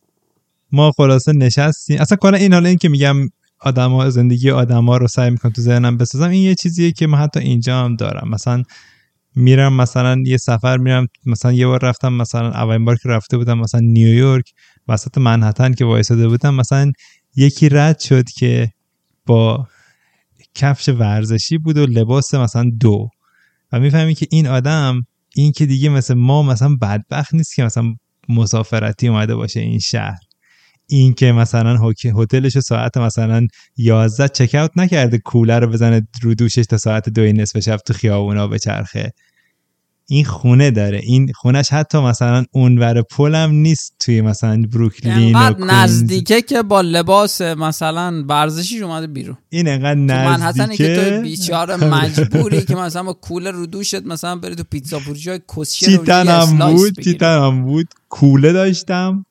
ما خلاصه نشستیم، اصلا کلا این حالا این که میگم آدما زندگی آدما رو سعی میکنم تو ذهنم بسازم، این یه چیزیه که من حتی اینجا هم دارم. مثلا میرم مثلا یه سفر میرم، مثلا یه بار رفتم مثلا اولین بار که رفته بودم مثلا نیویورک، وسط منهتن که وایساده بودم، مثلا یکی رد شد که با کفش ورزشی بود و لباس مثلا دو، و میفهمی که این آدم این که دیگه مثل ما مثلا بدبخت نیست که مثلا مسافرتی اومده باشه این شهر، این که مثلا هتلش ساعت مثلا یازده چک اوت نکرده کولر رو بزنه رو دوشش تا ساعت دو نصف شب تو خیابونا بچرخه. این خونه داره، این خونش حتی مثلا اونور پلم نیست توی مثلا بروکلین و کوینز، نزدیکه که با لباس مثلا ورزشیش اومده بیرون. این انقدر نزدیکه منحتنه که تو بیچاره مجبوری که مثلا با کولر رو دوشت مثلا بری تو پیتزا فروشی های کسچه رو چیتن هم بود چیتن هم بود کوله داشتم،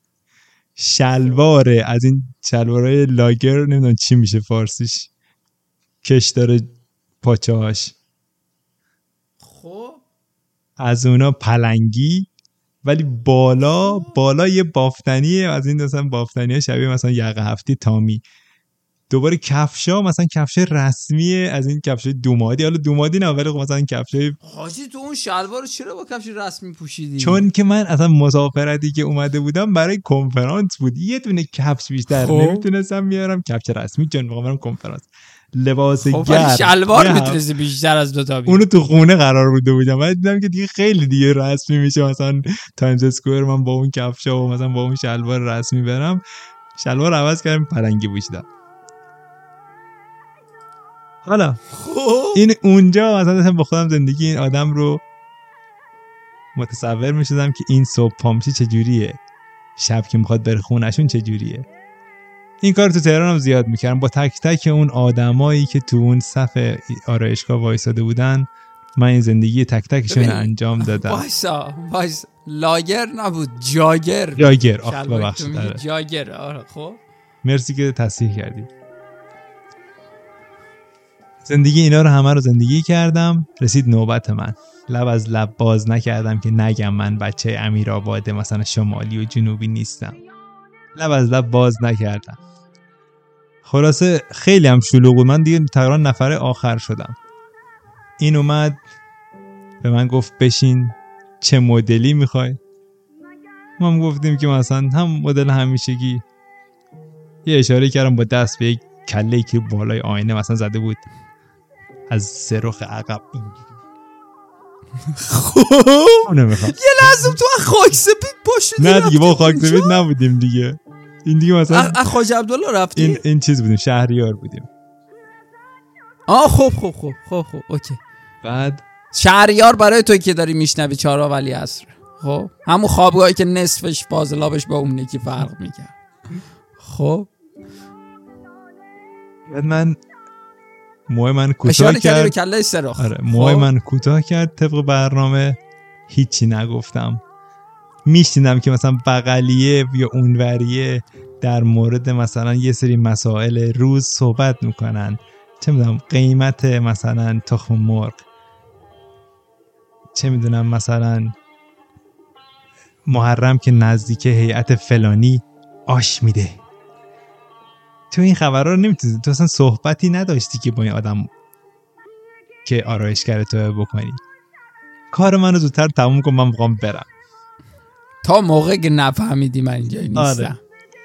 شلواره از این شلوارای لاگر، نمیدونم چی میشه فارسیش، کش داره پاچه هاش، خب از اونا پلنگی، ولی بالا بالا یه بافتنیه از این مثلا بافتنیه شبیه مثلا یقه هفتی تامی، دوباره کفشا مثلا کفش رسمیه از این کفش دومادی، حالا دومادی نه ولی مثلا کفشای حاجی تو اون شلوار رو چرا با کفش رسمی پوشیدی؟ چون که من اصلا مسافرتی که اومده بودم برای کنفرانس بود، یه دونه کفش بیشتر نمیتونستم بیارم، کفش رسمی چون میخوام برم کنفرانس، لباس خب گرم شلوار میتونستی بیشتر از دو تا بیاری. اونو تو خونه قرار بوده بودم ولی دیدم که دیگه خیلی دیگه رسمی میشه، مثلا تایمز اسکوئر من با اون کفشا و مثلا با اون شلوار رسمی برم، شلوار عوض کردم پلنگی پوشیدم. حالا این اونجا مثلا با خودم زندگی این آدم رو متصور میشدم که این صبح پامچی چجوریه، شب که میخواد بره خونهشون چجوریه. این کار تو تهران هم زیاد میکردم، با تک تک اون آدمایی که تو اون صف آرایشگاه وایساده بودن من این زندگی تک تکشون انجام دادم. وایسا وایسا لاگر نبود جاگر جاگر آخ ببخشید جاگر. آره خب مرسی که تصحیح کردی. زندگی اینا رو همه رو زندگی کردم، رسید نوبت من، لب از لب باز نکردم که نگم من بچه امیرآباده مثلا شمالی و جنوبی نیستم، لب از لب باز نکردم. خلاصه خیلی هم شلوغ بود، من دیگه تقریبا نفر آخر شدم. این اومد به من گفت بشین چه مدلی میخوای؟ ما هم گفتیم که مثلا هم مدل همیشگی. یه اشاره کردم با دست به یک کله‌ای که بالای آینه مثلا زده بود از سرخ عقب اینجوری. خب نمیخوام یه لحظه تو خاک سپید پاشو نه دیگه با خاک سپید نبودیم دیگه، این دیگه مثلا از خواجه عبدالله رفتیم، این این چیز بودیم، شهریار بودیم. آه خب خب خب خب خب اوکی. بعد شهریار برای توی که داری میشنوی چهارراه ولی عصر، خب همون خوابگاهی که نصفش فاضلابش با اون یکی فرق میکرد. خب بعد من موهای من کوتاه اشاره کرد به کله سراخ. آره موهای من کوتاه کرد طبق برنامه، هیچی نگفتم. میشنیدم که مثلا بغلیه یا اونوریه در مورد مثلا یه سری مسائل روز صحبت میکنن، چه میدونم قیمت مثلا تخم مرغ، چه میدونم مثلا محرم که نزدیک هیئت فلانی آش میده. تو این خبرها رو نمیتونی، تو اصلا صحبتی نداشتی که با این آدم که آرایشگر تو بکنی. کار منو زودتر تموم کن، من میخوام برم. تا موقعی که نفهمیدی من اینجا نیستم. آره.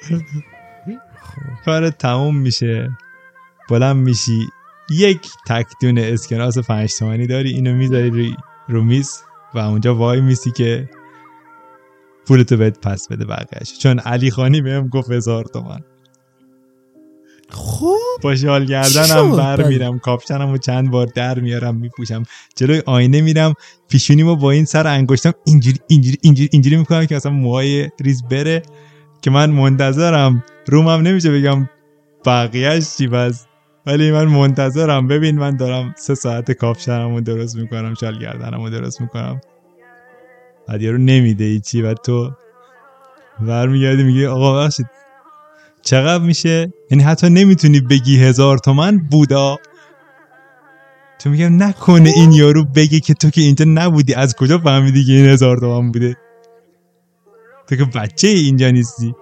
کار تموم میشه، بلند میشی، یک تکتون اسکناس پنج تومانی داری، اینو میذاری روی رو میز و اونجا وای میسی که پولتو بهت پس بده بقیه‌اش، چون علی خانی بهم گفت هزار تومان. خوب با شال گردنم بر میرم، کاپشنمو چند بار در میارم میپوشم، جلوی آینه میرم، پیشونیمو با این سر انگشتم اینجوری اینجوری اینجوری اینجوری میکنم که مثلا موهای ریز بره، که من منتظرم، رومم نمیشه بگم بقیه‌اش چی بس، ولی من منتظرم. ببین من دارم سه ساعت کاپشنمو درست میکنم، شال گردنمو درست میکنم، بعد یارو نمیده ای چی، بعد تو برمیگردی میگی آقا بخشید چقدر میشه؟ یعنی حتی نمیتونی بگی هزار تومن بودا. تو میگم نکنه این یارو بگه که تو که اینجا نبودی، از کجا فهمیدی که این هزار تومن بوده؟ تو که بچه اینجا نیستی.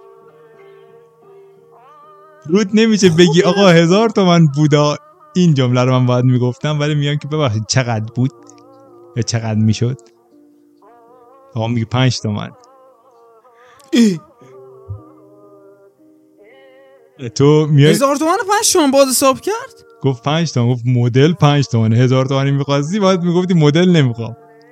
رود نمیشه بگی آقا هزار تومن بودا. این جمله رو من باید میگفتم، ولی میگم که ببخشید چقدر بود یا چقدر میشد. آقا میگه پنج تومن. تو میای هزار تومن پنج تومن باید حساب کرد؟ گفت پنج تومن، گفت مدل پنج تومن. هزار تومنی میخواستی باید میگفتی مدل نمیخوام.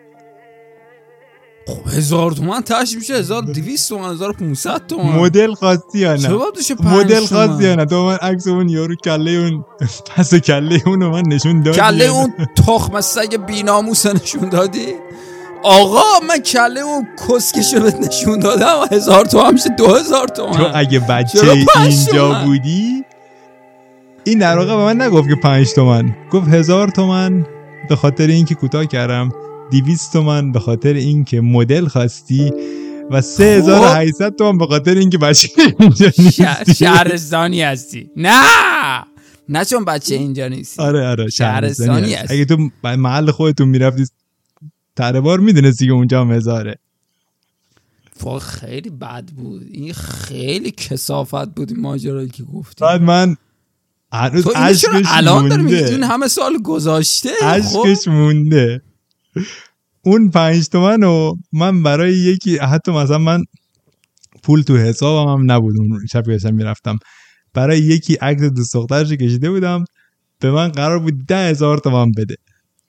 خب هزار تومن تاش میشه هزار و دویست تومن، هزار و پانصد تومن. مدل خواستی یا نه؟ مدل خواستی یا نه؟ تو من عکس اون یارو کله اون پس کله اونو من نشون دادی؟ کله اون تخم سگ بی‌ناموس نشون دادی؟ آقا من کله اون کسکشو بهت نشون دادم، هزار تومن میشه دو هزار تومن. تو اگه بچه اینجا بودی این در واقع به من نگفت که پنج تومن، گفت هزار تومن به خاطر اینکه کوتاه کردم، دویست تومن به خاطر اینکه مدل خواستی و سه هزار و هشتصد تومن به خاطر اینکه بچه اینجا نیستی. شهرستانی هستی. نه نه چون بچه اینجا نیستی. آره آره شهرستانی هستی. اگه تو محل خودتون میرفتی تره بار میدونستی که اونجا هم هزاره. واقعا خیلی بد بود این، خیلی کثافت بود این ماجرایی که گفتی. بعد من هنوز عشقش الان مونده، این همه سال گذاشته عشقش مونده. اون پنج تومن رو من برای یکی، حتی مثلا من پول تو حسابم هم نبود اون شب که داشتم میرفتم، برای یکی عکس دوست دخترش کشیده بودم، به من قرار بود ده هزار تومن بده.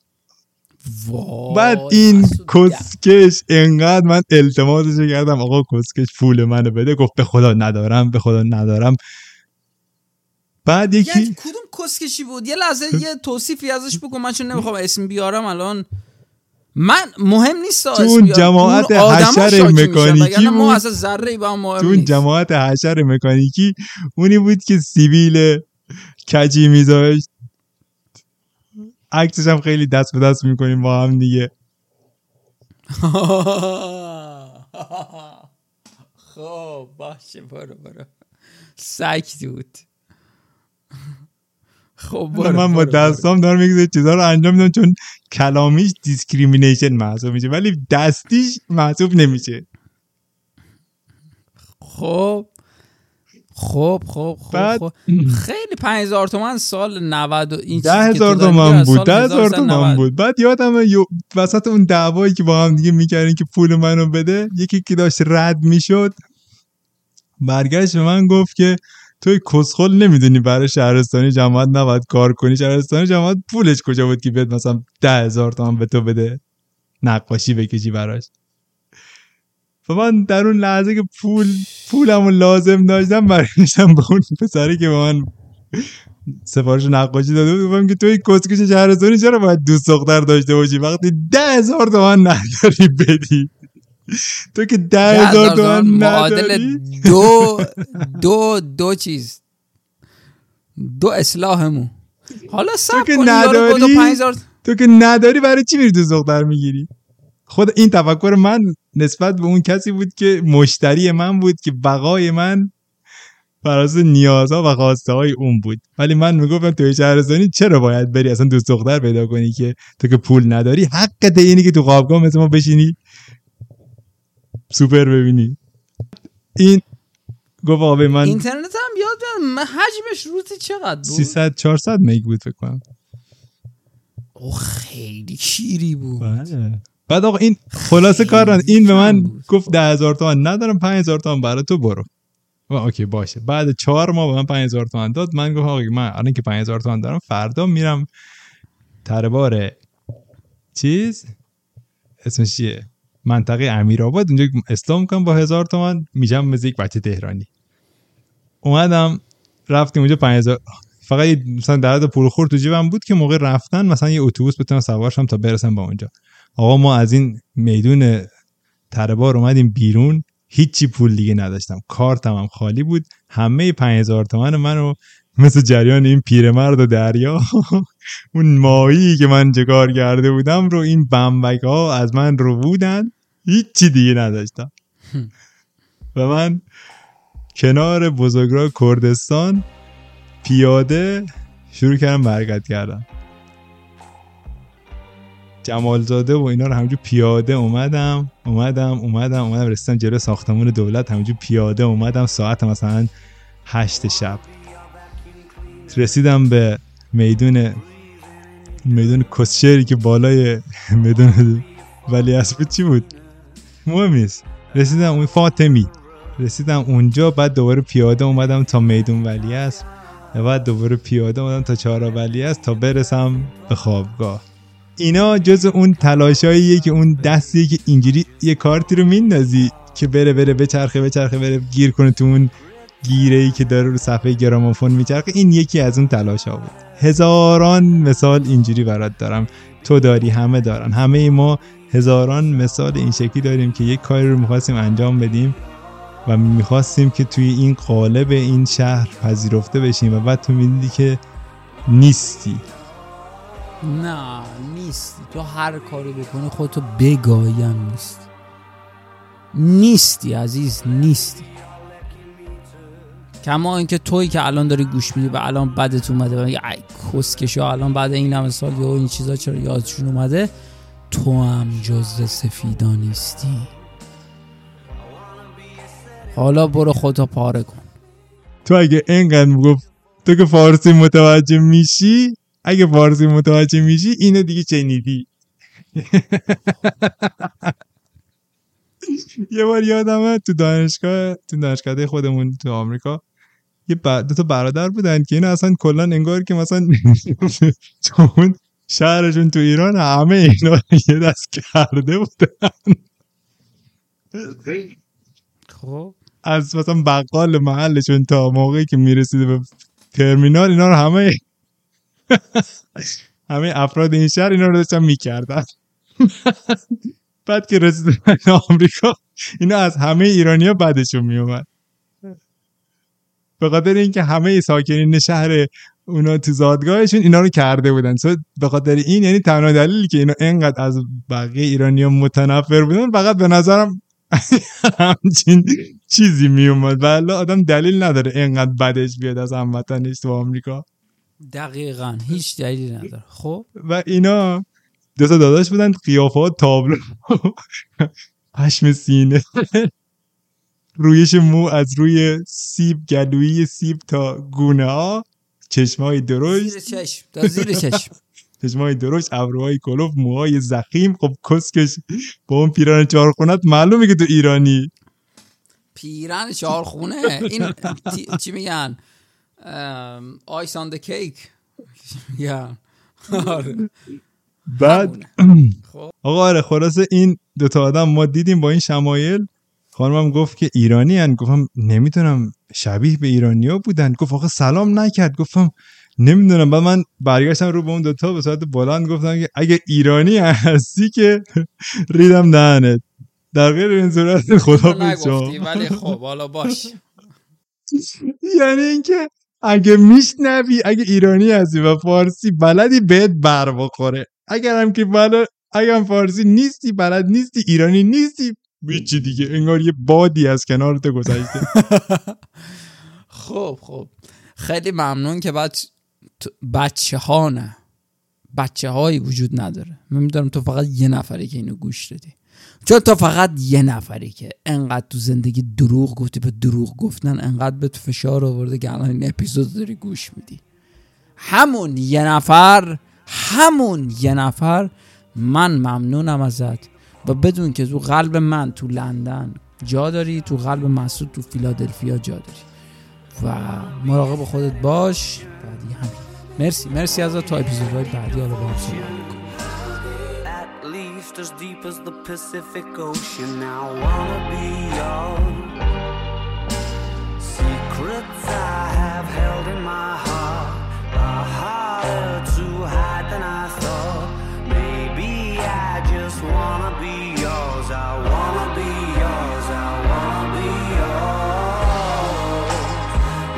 بعد این کسکش انقدر من التماسش کردم آقا کسکش پول منو بده، گفت به خدا ندارم، به خدا ندارم. بعد یکی یعنی کدوم کسکشی بود؟ یه لحظه یه توصیفی ازش بگو، من چون نمیخوام اسم بیارم الان. من مهم نیست اسم بیارم. تو جماعت حشر مکانیکی ما اصلا ذره ای با هم مهم نیست. تو جماعت حشر مکانیکی اونی بود که سیبیل کجی میذاشت، عکسش هم خیلی دست به دست میکنیم با هم دیگه. خب باشه برو برو سکتوت. خب برو من با دستام دارم یک چیزا رو انجام میدم چون کلامیش دیسکریمینیشن محسوب میشه ولی دستیش محسوب نمیشه. خب خب خب خب, خب. خیلی پنج هزار تومن سال نود و این ده هزار تومن بود ده هزار تومن بود. بعد یادم وسط اون دعوایی که با هم دیگه میکردین که پول منو بده، یکی که داشت رد میشد برگشت به من گفت که توی کسخل نمیدونی برای شهرستانی جماعت نباید کار کنی، شهرستانی جماعت پولش کجا بود که بیاد مثلا ده هزار تومن به تو بده نقاشی بکشی براش. و من در اون لحظه که پول پولمو لازم داشتم برگشتم به اون پسری که به من سفارش نقاشی داده بود گفتم که توی کسکش شهرستانی چرا باید دوست دختر داشته باشی وقتی ده هزار تومن نداری بدی؟ تو که ده هزار تومن نداری دو دو دو چیز دو اصلاحمون. حالا سب کنی نداری تو که نداری برای چی میری دوست دختر میگیری؟ خود این تفکر من نسبت به اون کسی بود که مشتری من بود که بقای من بر اساس نیازها و خواسته های اون بود. ولی من میگفتم توی شهرستانی چرا باید بری اصلا دوست دختر پیدا کنی که تو که پول نداری؟ حقته اینی که تو خوابگاه مثل ما بشینی سوپر ببینی. این گفت آقا من اینترنت هم یاد من حجمش روزی چقدر بود؟ سیصد چهارصد مگ بود فکر کنم. او خیلی شیری بود. بله. بعد آقا این خلاصه کار این به من گفت ده هزار تومان ندارم، پنج هزار تومان برای تو برو. اوکی باشه. بعد چهار ماه به من پنج هزار تومان داد. من گفتم آقا من الان که پنج هزار تومان دارم فردا میرم تربار چیز اسمش چیه منطقه امیرآباد اونجا اسلام کنم با هزار تومان میجم مثل یک بچه تهرانی. اومدم رفتیم اونجا پنج هزار فقط مثلا در حد پول خورد تو جیبم بود که موقع رفتن مثلا یه اتوبوس بتونم سوار شم تا برسم با اونجا. آقا ما از این میدون تربار اومدیم بیرون، هیچی پول دیگه نداشتم، کارتم هم خالی بود، همه پنج هزار تومان منو مثل جریان این پیرمرد و دریا اون ماهی که من جگار کرده بودم رو این بمبک ها از من رو بودن، هیچی دیگه نداشتم. و من کنار بزرگراه کردستان پیاده شروع کردم برگرد کردم. جمالزاده و اینا رو همونجور پیاده اومدم اومدم اومدم اومدم رسیدم جلو ساختمون دولت، همونجور پیاده اومدم ساعت مثلا هشت شب رسیدم به میدون میدون کسشری که بالای میدون ولیعصر چی بود مهم نیست، رسیدم اون فاطمی رسیدم اونجا. بعد دوباره پیاده اومدم تا میدون ولیعصر و بعد دوباره پیاده اومدم تا چهارراه ولیعصر تا برسم به خوابگاه. اینا جز اون تلاشاییه که اون دستیه که اینجوری یه کارتی رو میندازی که بره بره بچرخه بچرخه بره گیر کنه تو اون گیره‌ای که داره رو صفحه گرامافون میچرخه. این یکی از اون تلاشا بود. هزاران مثال اینجوری برات دارم، تو داری، همه دارن، همه ما هزاران مثال این شکلی داریم که یک کاری رو میخواستیم انجام بدیم و میخواستیم که توی این قالب این شهر پذیرفته بشیم و بعد تو میدیدی که نیستی. نه نیستی، تو هر کاری بکنی خودتو بگایم نیستی. نیستی عزیز، نیستی. کما اینکه تویی که الان داری گوش میدی و الان بدت اومده و میگه ای کسکشا الان بعد این همه سال یا این چیزا چرا یادشون اومده، تو هم جزء سفیدا نیستی. حالا برو خودتو پاره کن. تو اگه اینقدر میگفت تو که فارسی متوجه میشی، اگه فارسی متوجه میشی اینو دیگه شنیدی. یه بار یادمه تو دانشگاه تو دانشکده خودمون تو آمریکا یه دو تا برادر بودن که اینا اصلا کلا انگار که مثلا چون شهرشون تو ایران همه اینا یه دست کرده بودن. خب از مثلا بقال محلشون تا موقعی که میرسیده به ترمینال اینا رو همه همه افراد این شهر اینا رو داشتن میکردن. بعد که رسیدن آمریکا اینا از همه ایرانی‌ها بعدشون میومد، به خاطر اینکه همه ساکنین شهر اونا تو زادگاهشون اینا رو کرده بودن. سو به خاطر این یعنی تنها دلیلی که اینا اینقدر از بقیه ایرانی‌ها متنفر بودن فقط به نظرم همچین چیزی میومد. ولی آدم دلیل نداره اینقدر بدش بیاد از هموطنش تو آمریکا. دقیقاً هیچ دلیلی نداره. خب و اینا دو تا داداش بودن، قیافات تابلو، پشم سینه، رویش مو از روی سیب، گلویی سیب تا گونه ها، چشمای درشت، زیر چشم تا زیر چشم چشمای درشت، ابروهای کلوف، موهای زخیم. خب کسکش با اون پیران چهارخونت معلومه که تو ایرانی. پیران چهارخونه این چی میگن؟ آیس آن د کیک. یا بعد آقا آره خلاصه این دوتا آدم ما دیدیم با این شمایل. خانمم گفت که ایرانی هن. گفتم نمیدونم، شبیه به ایرانی ها بودن. گفت آقا سلام نکرد. گفتم نمیدونم. بعد من برگشتم رو به اون دوتا به صورت بلند گفتم که اگه ایرانی هستی که ریدم دهنت، در غیر این صورت خدا پیشا. ولی خب حالا باش. یعنی اینکه اگه میشنوی، اگه ایرانی هستی و فارسی بلدی بهت بر بخوره. اگر هم که بلد، اگر هم فارسی نیستی، بلد نیستی، ایرانی نیستی، بیچی دیگه انگار یه بادی از کنارت گذشته. خب خب خیلی ممنون که بعد بچه ها نه بچه هایی وجود نداره. من میدونم تو فقط یه نفری که اینو گوش دادی، چون تو فقط یه نفری که انقدر تو زندگی دروغ گفتی، به دروغ گفتن انقدر به تو فشار آورده که الان این اپیزود داری گوش میدی. همون یه نفر همون یه نفر من ممنونم ازت و بدون که تو قلب من تو لندن جا داری، تو قلب مسعود تو فیلادلفیا جا داری و مراقب خودت باش. بعدی همین. مرسی مرسی ازت. تا اپیزودهای بعدی حالا با هم صحبت می‌کنیم. As deep as the Pacific Ocean, I wanna be yours. Secrets I have held in my heart are harder to hide than I thought. Maybe I just wanna be yours. I